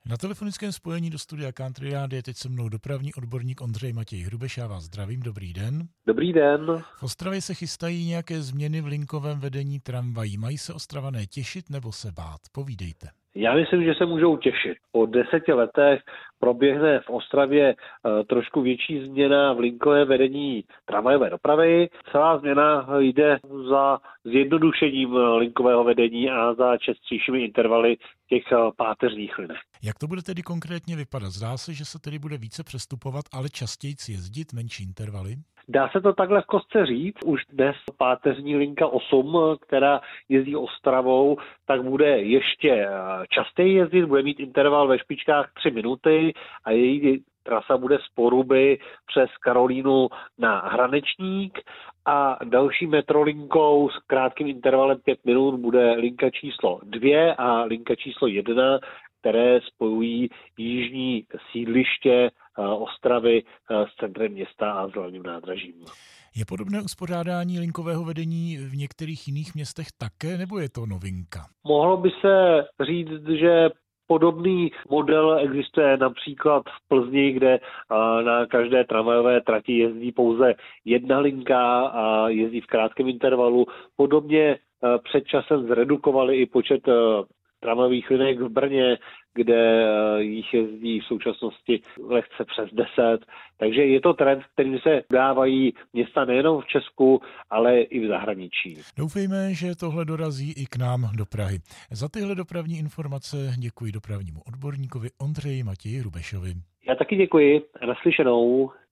Na telefonickém spojení do studia Country Rádia je teď se mnou dopravní odborník Ondřej Matěj Hrubeš. Já vás zdravím, dobrý den. Dobrý den. V Ostravě se chystají nějaké změny v linkovém vedení tramvají. Mají se Ostravané těšit nebo se bát? Povídejte. Já myslím, že se můžou těšit. Po 10 letech proběhne v Ostravě trošku větší změna v linkovém vedení tramvajové dopravy. Celá změna jde za zjednodušením linkového vedení a za častějšími intervaly těch páteřních linek. Jak to bude tedy konkrétně vypadat? Zdá se, že se tedy bude více přestupovat, ale častěji jezdit, menší intervaly? Dá se to takhle v kostce říct. Už dnes páteřní linka 8, která jezdí Ostravou, tak bude ještě častěji jezdit, bude mít interval ve špičkách 3 minuty a její trasa bude z Poruby přes Karolínu na Hranečník a další metrolinkou s krátkým intervalem 5 minut bude linka číslo 2 a linka číslo 1, které spojují jižní sídliště Ostravy s centrem města a s hlavním nádražím. Je podobné uspořádání linkového vedení v některých jiných městech také, nebo je to novinka? Mohlo by se říct, že podobný model existuje například v Plzni, kde na každé tramvajové trati jezdí pouze jedna linka a jezdí v krátkém intervalu. Podobně před časem zredukovali i počet tramvajových linek v Brně, kde jich jezdí v současnosti lehce přes 10. Takže je to trend, kterým se dávají města nejenom v Česku, ale i v zahraničí. Doufejme, že tohle dorazí i k nám do Prahy. Za tyhle dopravní informace děkuji dopravnímu odborníkovi Ondřeji Matěji Hrubešovi. Já taky děkuji a naslyšenou.